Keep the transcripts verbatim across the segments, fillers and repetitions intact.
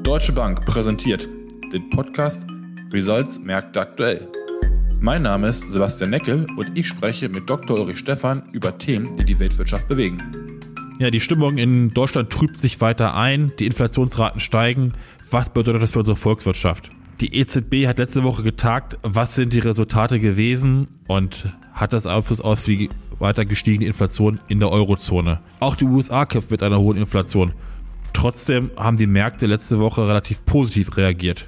Deutsche Bank präsentiert den Podcast Results Märkte aktuell. Mein Name ist Sebastian Neckel und ich spreche mit Doktor Ulrich Stephan über Themen, die die Weltwirtschaft bewegen. Ja, die Stimmung in Deutschland trübt sich weiter ein, die Inflationsraten steigen. Was bedeutet das für unsere Volkswirtschaft? Die E Z B hat letzte Woche getagt, was sind die Resultate gewesen und hat das Einfluss auf die weiter gestiegene Inflation in der Eurozone. Auch die U S A kämpft mit einer hohen Inflation. Trotzdem haben die Märkte letzte Woche relativ positiv reagiert.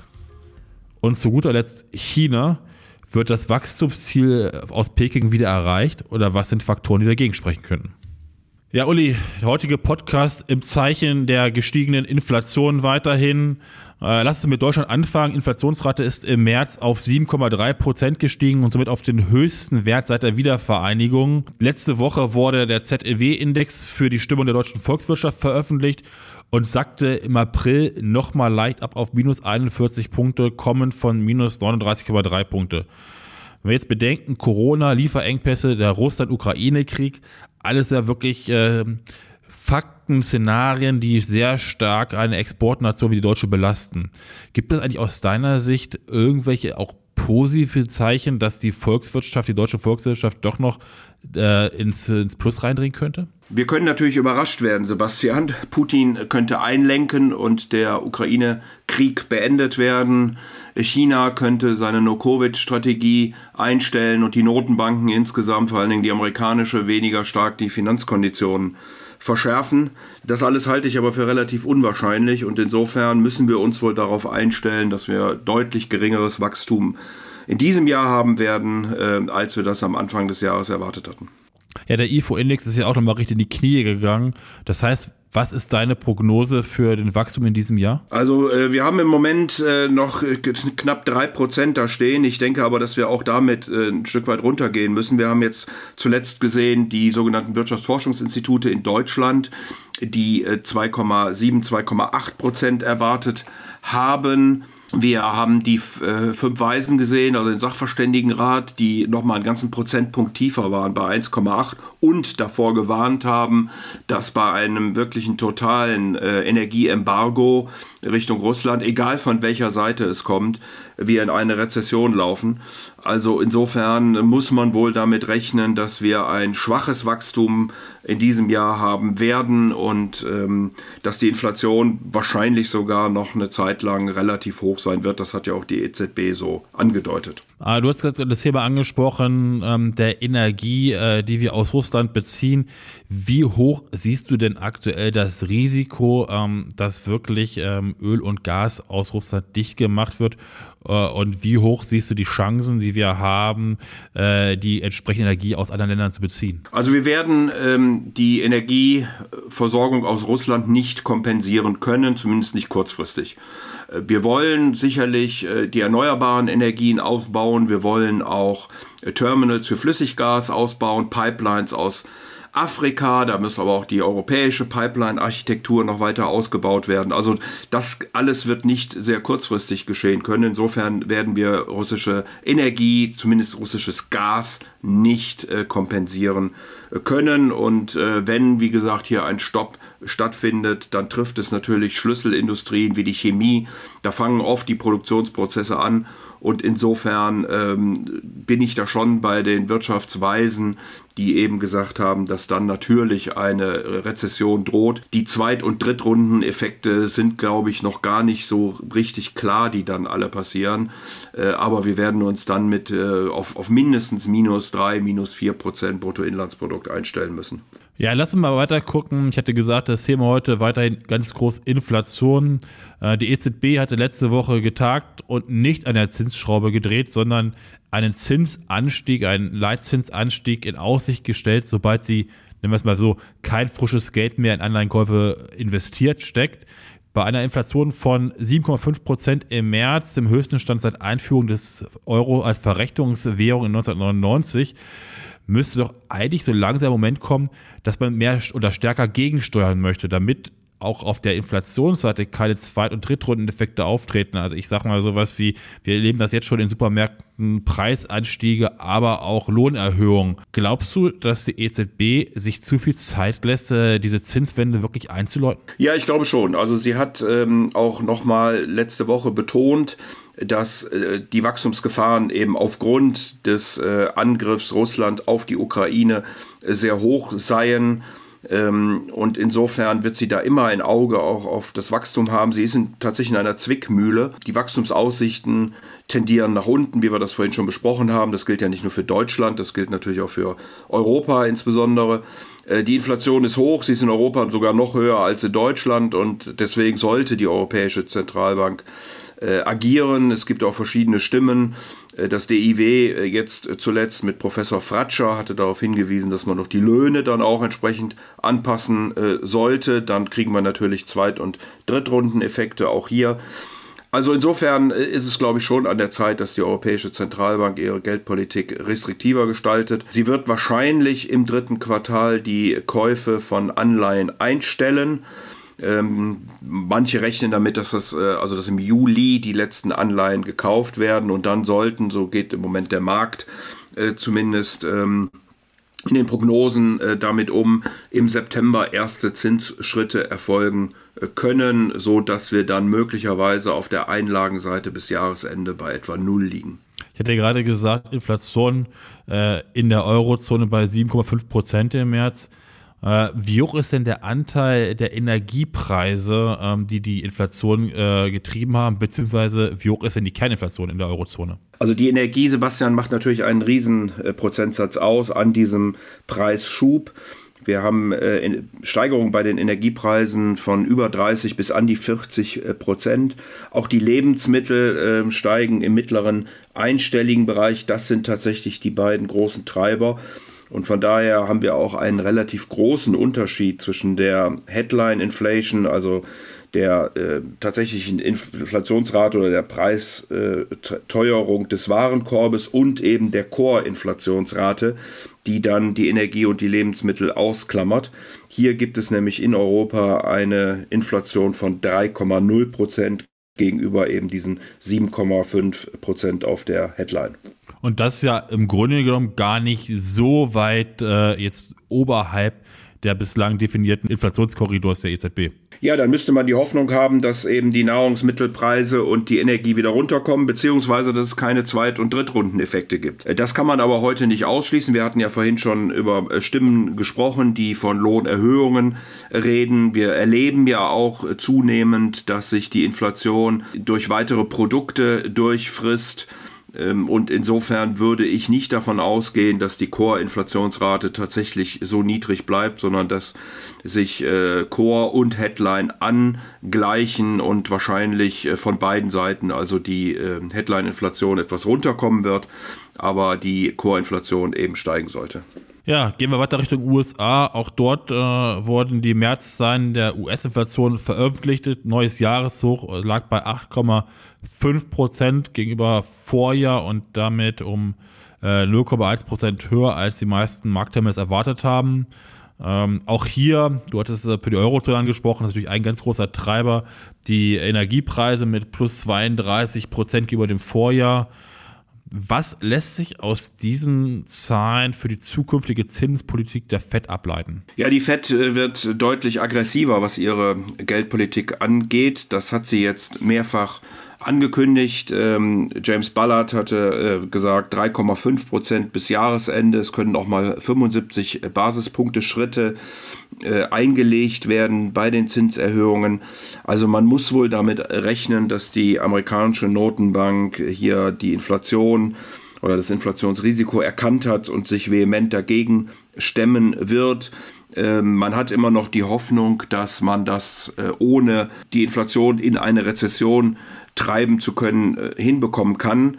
Und zu guter Letzt China. Wird das Wachstumsziel aus Peking wieder erreicht oder was sind Faktoren, die dagegen sprechen könnten? Ja, Uli, der heutige Podcast im Zeichen der gestiegenen Inflation weiterhin. Äh, lass uns mit Deutschland anfangen. Inflationsrate ist im März auf sieben Komma drei Prozent gestiegen und somit auf den höchsten Wert seit der Wiedervereinigung. Letzte Woche wurde der Z E W-Index für die Stimmung der deutschen Volkswirtschaft veröffentlicht und sackte im April nochmal leicht ab auf minus einundvierzig Punkte, kommend von minus neununddreißig Komma drei Punkte. Wenn wir jetzt bedenken, Corona, Lieferengpässe, der Russland-Ukraine-Krieg, alles ja wirklich äh, Fakten, Szenarien, die sehr stark eine Exportnation wie die deutsche belasten. Gibt es eigentlich aus deiner Sicht irgendwelche auch positive Zeichen, dass die Volkswirtschaft, die deutsche Volkswirtschaft doch noch äh, ins, ins Plus reindringen könnte? Wir können natürlich überrascht werden, Sebastian. Putin könnte einlenken und der Ukraine-Krieg beendet werden. China könnte seine No-Covid-Strategie einstellen und die Notenbanken insgesamt, vor allen Dingen die amerikanische, weniger stark die Finanzkonditionen verschärfen. Das alles halte ich aber für relativ unwahrscheinlich und insofern müssen wir uns wohl darauf einstellen, dass wir deutlich geringeres Wachstum in diesem Jahr haben werden, äh, als wir das am Anfang des Jahres erwartet hatten. Ja, der I F O-Index ist ja auch nochmal richtig in die Knie gegangen. Das heißt, was ist deine Prognose für den Wachstum in diesem Jahr? Also äh, wir haben im Moment äh, noch äh, knapp drei Prozent da stehen. Ich denke aber, dass wir auch damit äh, ein Stück weit runtergehen müssen. Wir haben jetzt zuletzt gesehen, die sogenannten Wirtschaftsforschungsinstitute in Deutschland, die äh, zwei Komma sieben, zwei Komma acht Prozent erwartet haben. Wir haben die äh, fünf Weisen gesehen, also den Sachverständigenrat, die nochmal einen ganzen Prozentpunkt tiefer waren bei eins Komma acht und davor gewarnt haben, dass bei einem wirklichen totalen äh, Energieembargo Richtung Russland, egal von welcher Seite es kommt, wir in eine Rezession laufen. Also insofern muss man wohl damit rechnen, dass wir ein schwaches Wachstum in diesem Jahr haben werden und ähm, dass die Inflation wahrscheinlich sogar noch eine Zeit lang relativ hoch sein wird. Das hat ja auch die E Z B so angedeutet. Ah, du hast gerade das Thema angesprochen, ähm, der Energie, äh, die wir aus Russland beziehen. Wie hoch siehst du denn aktuell das Risiko, ähm, dass wirklich ähm, Öl und Gas aus Russland dicht gemacht wird? Äh, und wie hoch siehst du die Chancen, die wir haben, äh, die entsprechende Energie aus anderen Ländern zu beziehen? Also wir werden ähm, die Energieversorgung aus Russland nicht kompensieren können, zumindest nicht kurzfristig. Wir wollen sicherlich äh, die erneuerbaren Energien aufbauen. Wir wollen auch äh, Terminals für Flüssiggas ausbauen, Pipelines aus Afrika. Da muss aber auch die europäische Pipeline-Architektur noch weiter ausgebaut werden. Also das alles wird nicht sehr kurzfristig geschehen können. Insofern werden wir russische Energie, zumindest russisches Gas, nicht äh, kompensieren können. Und äh, wenn, wie gesagt, hier ein Stopp stattfindet, dann trifft es natürlich Schlüsselindustrien wie die Chemie. Da fangen oft die Produktionsprozesse an. Und insofern ähm, bin ich da schon bei den Wirtschaftsweisen, die eben gesagt haben, dass dann natürlich eine Rezession droht. Die Zweit- und Drittrundeneffekte sind, glaube ich, noch gar nicht so richtig klar, die dann alle passieren. Äh, aber wir werden uns dann mit äh, auf, auf mindestens minus drei, minus vier Prozent Bruttoinlandsprodukt einstellen müssen. Ja, lass uns mal weiter gucken. Ich hatte gesagt, das Thema heute weiterhin ganz groß Inflation. Die E Z B hatte letzte Woche getagt und nicht an der Zinsschraube gedreht, sondern einen Zinsanstieg, einen Leitzinsanstieg in Aussicht gestellt, sobald sie, nennen wir es mal so, kein frisches Geld mehr in Anleihenkäufe investiert steckt. Bei einer Inflation von sieben Komma fünf Prozent im März, dem höchsten Stand seit Einführung des Euro als Verrechnungswährung in neunzehnhundertneunundneunzig, müsste doch eigentlich so langsam der Moment kommen, dass man mehr oder stärker gegensteuern möchte, damit auch auf der Inflationsseite keine Zweit- und Drittrundeneffekte auftreten. Also ich sag mal sowas wie, wir erleben das jetzt schon in Supermärkten, Preisanstiege, aber auch Lohnerhöhungen. Glaubst du, dass die E Z B sich zu viel Zeit lässt, diese Zinswende wirklich einzuläuten? Ja, ich glaube schon. Also sie hat ähm, auch nochmal letzte Woche betont, dass äh, die Wachstumsgefahren eben aufgrund des äh, Angriffs Russland auf die Ukraine äh, sehr hoch seien. Ähm, und insofern wird sie da immer ein Auge auch auf das Wachstum haben. Sie ist in, tatsächlich in einer Zwickmühle. Die Wachstumsaussichten tendieren nach unten, wie wir das vorhin schon besprochen haben. Das gilt ja nicht nur für Deutschland, das gilt natürlich auch für Europa insbesondere. Äh, die Inflation ist hoch, sie ist in Europa sogar noch höher als in Deutschland und deswegen sollte die Europäische Zentralbank Äh, agieren. Es gibt auch verschiedene Stimmen. Äh, das D I W äh, jetzt äh, zuletzt mit Professor Fratscher hatte darauf hingewiesen, dass man doch die Löhne dann auch entsprechend anpassen äh, sollte. Dann kriegen wir natürlich Zweit- und Drittrundeneffekte auch hier. Also insofern äh, ist es, glaube ich, schon an der Zeit, dass die Europäische Zentralbank ihre Geldpolitik restriktiver gestaltet. Sie wird wahrscheinlich im dritten Quartal die Käufe von Anleihen einstellen. Ähm, manche rechnen damit, dass das, äh, also dass im Juli die letzten Anleihen gekauft werden und dann sollten, so geht im Moment der Markt äh, zumindest ähm, in den Prognosen äh, damit um, im September erste Zinsschritte erfolgen äh, können, so dass wir dann möglicherweise auf der Einlagenseite bis Jahresende bei etwa null liegen. Ich hatte gerade gesagt, Inflation äh, in der Eurozone bei sieben Komma fünf Prozent im März. Wie hoch ist denn der Anteil der Energiepreise, ähm, die die Inflation äh, getrieben haben, beziehungsweise wie hoch ist denn die Kerninflation in der Eurozone? Also die Energie, Sebastian, macht natürlich einen riesen äh, Prozentsatz aus an diesem Preisschub. Wir haben äh, Steigerungen bei den Energiepreisen von über dreißig bis an die vierzig Prozent. Auch die Lebensmittel äh, steigen im mittleren einstelligen Bereich. Das sind tatsächlich die beiden großen Treiber. Und von daher haben wir auch einen relativ großen Unterschied zwischen der Headline Inflation, also der äh, tatsächlichen Inflationsrate oder der Preisteuerung des Warenkorbes und eben der Core-Inflationsrate, die dann die Energie und die Lebensmittel ausklammert. Hier gibt es nämlich in Europa eine Inflation von drei Komma null Prozent gegenüber eben diesen sieben Komma fünf Prozent auf der Headline. Und das ist ja im Grunde genommen gar nicht so weit äh, jetzt oberhalb der bislang definierten Inflationskorridors der E Z B. Ja, dann müsste man die Hoffnung haben, dass eben die Nahrungsmittelpreise und die Energie wieder runterkommen, beziehungsweise dass es keine Zweit- und Drittrundeneffekte gibt. Das kann man aber heute nicht ausschließen. Wir hatten ja vorhin schon über Stimmen gesprochen, die von Lohnerhöhungen reden. Wir erleben ja auch zunehmend, dass sich die Inflation durch weitere Produkte durchfrisst. Und insofern würde ich nicht davon ausgehen, dass die Core-Inflationsrate tatsächlich so niedrig bleibt, sondern dass sich äh, Core und Headline angleichen und wahrscheinlich äh, von beiden Seiten, also die äh, Headline-Inflation etwas runterkommen wird, aber die Core-Inflation eben steigen sollte. Ja, gehen wir weiter Richtung U S A. Auch dort äh, wurden die Märzzahlen der U S-Inflation veröffentlicht. Neues Jahreshoch lag bei acht Komma fünf Prozent gegenüber Vorjahr und damit um äh, null Komma eins Prozent höher, als die meisten Marktteilnehmer es erwartet haben. Ähm, auch hier, du hattest es für die Eurozone angesprochen, das ist natürlich ein ganz großer Treiber, die Energiepreise mit plus zweiunddreißig Prozent gegenüber dem Vorjahr. Was lässt sich aus diesen Zahlen für die zukünftige Zinspolitik der Fed ableiten? Ja, die Fed wird deutlich aggressiver, was ihre Geldpolitik angeht. Das hat sie jetzt mehrfach angekündigt. Ähm, James Bullard hatte äh, gesagt, drei Komma fünf Prozent bis Jahresende. Es können auch mal fünfundsiebzig Basispunkte Schritte äh, eingelegt werden bei den Zinserhöhungen. Also man muss wohl damit rechnen, dass die amerikanische Notenbank hier die Inflation oder das Inflationsrisiko erkannt hat und sich vehement dagegen stemmen wird. Ähm, man hat immer noch die Hoffnung, dass man das äh, ohne die Inflation in eine Rezession treiben zu können, äh, hinbekommen kann.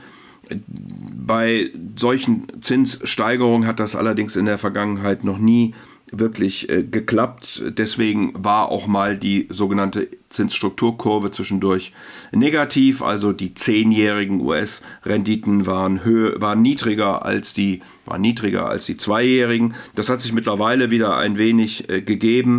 Bei solchen Zinssteigerungen hat das allerdings in der Vergangenheit noch nie wirklich äh, geklappt. Deswegen war auch mal die sogenannte Zinsstrukturkurve zwischendurch negativ. Also die zehnjährigen U S-Renditen waren, höher, waren, niedriger als die, waren niedriger als die zweijährigen. Das hat sich mittlerweile wieder ein wenig äh, gegeben.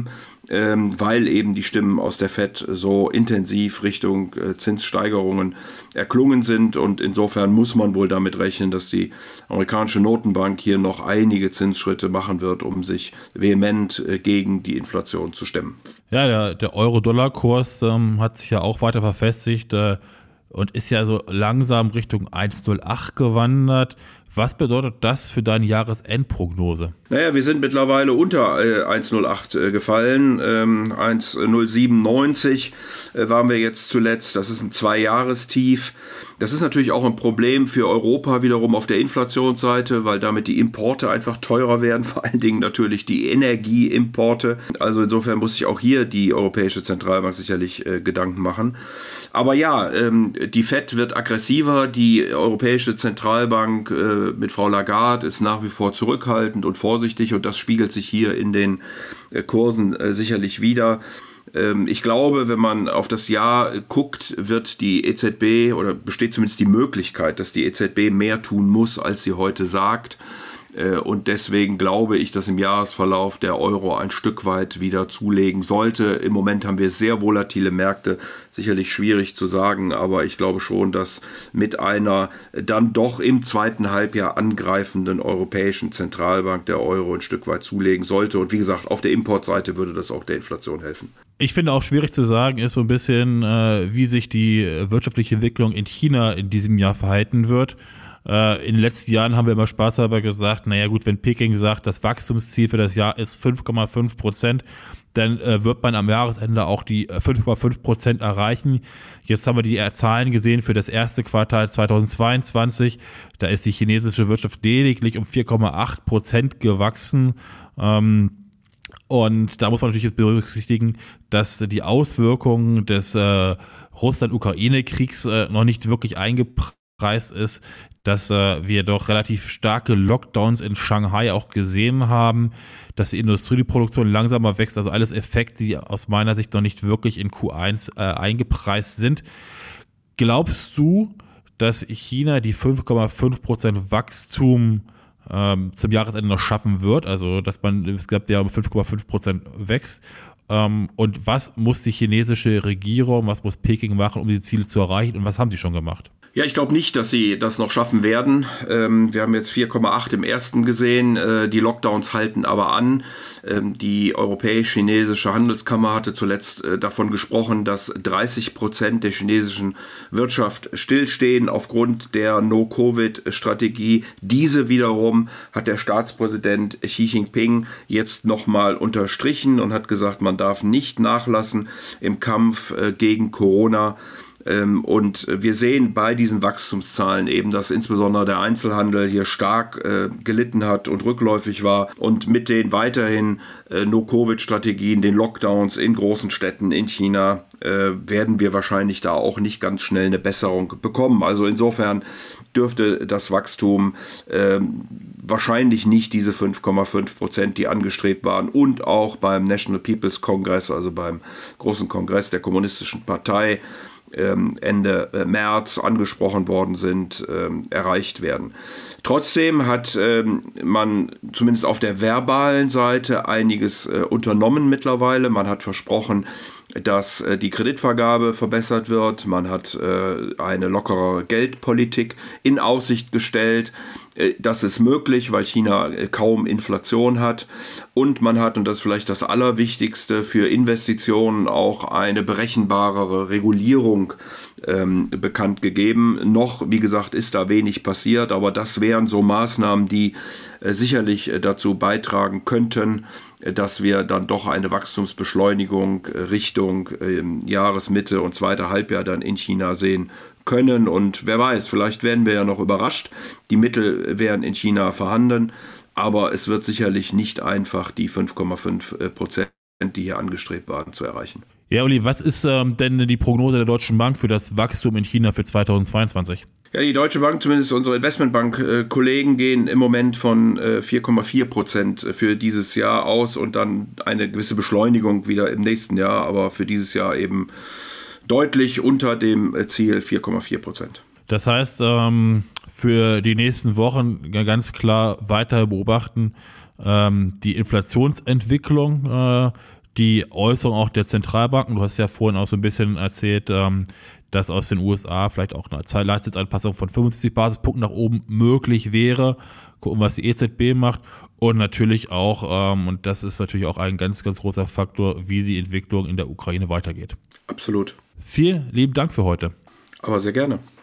ähm, weil eben die Stimmen aus der Fed so intensiv Richtung äh, Zinssteigerungen erklungen sind. Und insofern muss man wohl damit rechnen, dass die amerikanische Notenbank hier noch einige Zinsschritte machen wird, um sich vehement äh, gegen die Inflation zu stemmen. Ja, der, der Euro-Dollar-Kurs ähm, hat sich ja auch weiter verfestigt äh, und ist ja so langsam Richtung eins Komma null acht gewandert. Was bedeutet das für deine Jahresendprognose? Naja, wir sind mittlerweile unter äh, eins Komma null acht äh, gefallen. Ähm, eins Komma null siebenundneunzig äh, waren wir jetzt zuletzt. Das ist ein Zwei-Jahrestief. Das ist natürlich auch ein Problem für Europa wiederum auf der Inflationsseite, weil damit die Importe einfach teurer werden, vor allen Dingen natürlich die Energieimporte. Also insofern muss sich auch hier die Europäische Zentralbank sicherlich äh, Gedanken machen. Aber ja, ähm, die Fed wird aggressiver, die Europäische Zentralbank äh, mit Frau Lagarde ist nach wie vor zurückhaltend und vorsichtig und das spiegelt sich hier in den äh, Kursen äh, sicherlich wider. Ähm, ich glaube, wenn man auf das Jahr guckt, wird die E Z B oder besteht zumindest die Möglichkeit, dass die E Z B mehr tun muss, als sie heute sagt. Und deswegen glaube ich, dass im Jahresverlauf der Euro ein Stück weit wieder zulegen sollte. Im Moment haben wir sehr volatile Märkte, sicherlich schwierig zu sagen, aber ich glaube schon, dass mit einer dann doch im zweiten Halbjahr angreifenden Europäischen Zentralbank der Euro ein Stück weit zulegen sollte. Und wie gesagt, auf der Importseite würde das auch der Inflation helfen. Ich finde auch schwierig zu sagen, ist so ein bisschen, äh, wie sich die wirtschaftliche Entwicklung in China in diesem Jahr verhalten wird. In den letzten Jahren haben wir immer spaßhalber gesagt, naja gut, wenn Peking sagt, das Wachstumsziel für das Jahr ist fünf Komma fünf Prozent, dann äh, wird man am Jahresende auch die fünf Komma fünf Prozent erreichen. Jetzt haben wir die Zahlen gesehen für das erste Quartal zweitausendzweiundzwanzig. Da ist die chinesische Wirtschaft lediglich um vier Komma acht Prozent gewachsen. Ähm, und da muss man natürlich jetzt berücksichtigen, dass die Auswirkungen des äh, Russland-Ukraine-Kriegs äh, noch nicht wirklich eingepreist ist, dass äh, wir doch relativ starke Lockdowns in Shanghai auch gesehen haben, dass die Industrie, die Produktion langsamer wächst, also alles Effekte, die aus meiner Sicht noch nicht wirklich in Q eins äh, eingepreist sind. Glaubst du, dass China die fünf Komma fünf Prozent Wachstum ähm, zum Jahresende noch schaffen wird? Also, dass man insgesamt ja um fünf Komma fünf Prozent wächst. Ähm, und was muss die chinesische Regierung, was muss Peking machen, um die Ziele zu erreichen? Und was haben sie schon gemacht? Ja, ich glaube nicht, dass sie das noch schaffen werden. Ähm, wir haben jetzt vier Komma acht im ersten gesehen. Äh, die Lockdowns halten aber an. Ähm, die Europäisch-Chinesische Handelskammer hatte zuletzt äh, davon gesprochen, dass dreißig Prozent der chinesischen Wirtschaft stillstehen aufgrund der No-Covid-Strategie. Diese wiederum hat der Staatspräsident Xi Jinping jetzt nochmal unterstrichen und hat gesagt, man darf nicht nachlassen im Kampf äh, gegen Corona. Und wir sehen bei diesen Wachstumszahlen eben, dass insbesondere der Einzelhandel hier stark äh, gelitten hat und rückläufig war. Und mit den weiterhin äh, No-Covid-Strategien, den Lockdowns in großen Städten in China, äh, werden wir wahrscheinlich da auch nicht ganz schnell eine Besserung bekommen. Also insofern dürfte das Wachstum äh, wahrscheinlich nicht diese fünf Komma fünf Prozent, die angestrebt waren und auch beim National People's Congress, also beim großen Kongress der Kommunistischen Partei, Ende März angesprochen worden sind, erreicht werden. Trotzdem hat man zumindest auf der verbalen Seite einiges unternommen mittlerweile. Man hat versprochen, dass die Kreditvergabe verbessert wird. Man hat eine lockere Geldpolitik in Aussicht gestellt. Das ist möglich, weil China kaum Inflation hat. Und man hat, und das ist vielleicht das Allerwichtigste, für Investitionen auch eine berechenbarere Regulierung ähm, bekannt gegeben. Noch, wie gesagt, ist da wenig passiert, aber das wären so Maßnahmen, die äh, sicherlich äh, dazu beitragen könnten, äh, dass wir dann doch eine Wachstumsbeschleunigung äh, Richtung äh, Jahresmitte und zweite Halbjahr dann in China sehen können. Und wer weiß, vielleicht werden wir ja noch überrascht. Die Mittel wären in China vorhanden, aber es wird sicherlich nicht einfach, die fünf Komma fünf Prozent, die hier angestrebt waren, zu erreichen. Ja, Uli, was ist ähm, denn die Prognose der Deutschen Bank für das Wachstum in China für zweitausendzweiundzwanzig? Ja, die Deutsche Bank, zumindest unsere Investmentbank-Kollegen, gehen im Moment von äh, vier Komma vier Prozent für dieses Jahr aus und dann eine gewisse Beschleunigung wieder im nächsten Jahr, aber für dieses Jahr eben deutlich unter dem Ziel vier Komma vier Prozent. Das heißt, ähm, für die nächsten Wochen ganz klar weiter beobachten ähm, die Inflationsentwicklung, äh, die Äußerung auch der Zentralbanken. Du hast ja vorhin auch so ein bisschen erzählt, ähm, dass aus den U S A vielleicht auch eine Zeitleitzanpassung von fünfundsiebzig Basispunkten nach oben möglich wäre. Gucken, was die E Z B macht. Und natürlich auch, ähm, und das ist natürlich auch ein ganz, ganz großer Faktor, wie die Entwicklung in der Ukraine weitergeht. Absolut. Vielen lieben Dank für heute. Aber sehr gerne.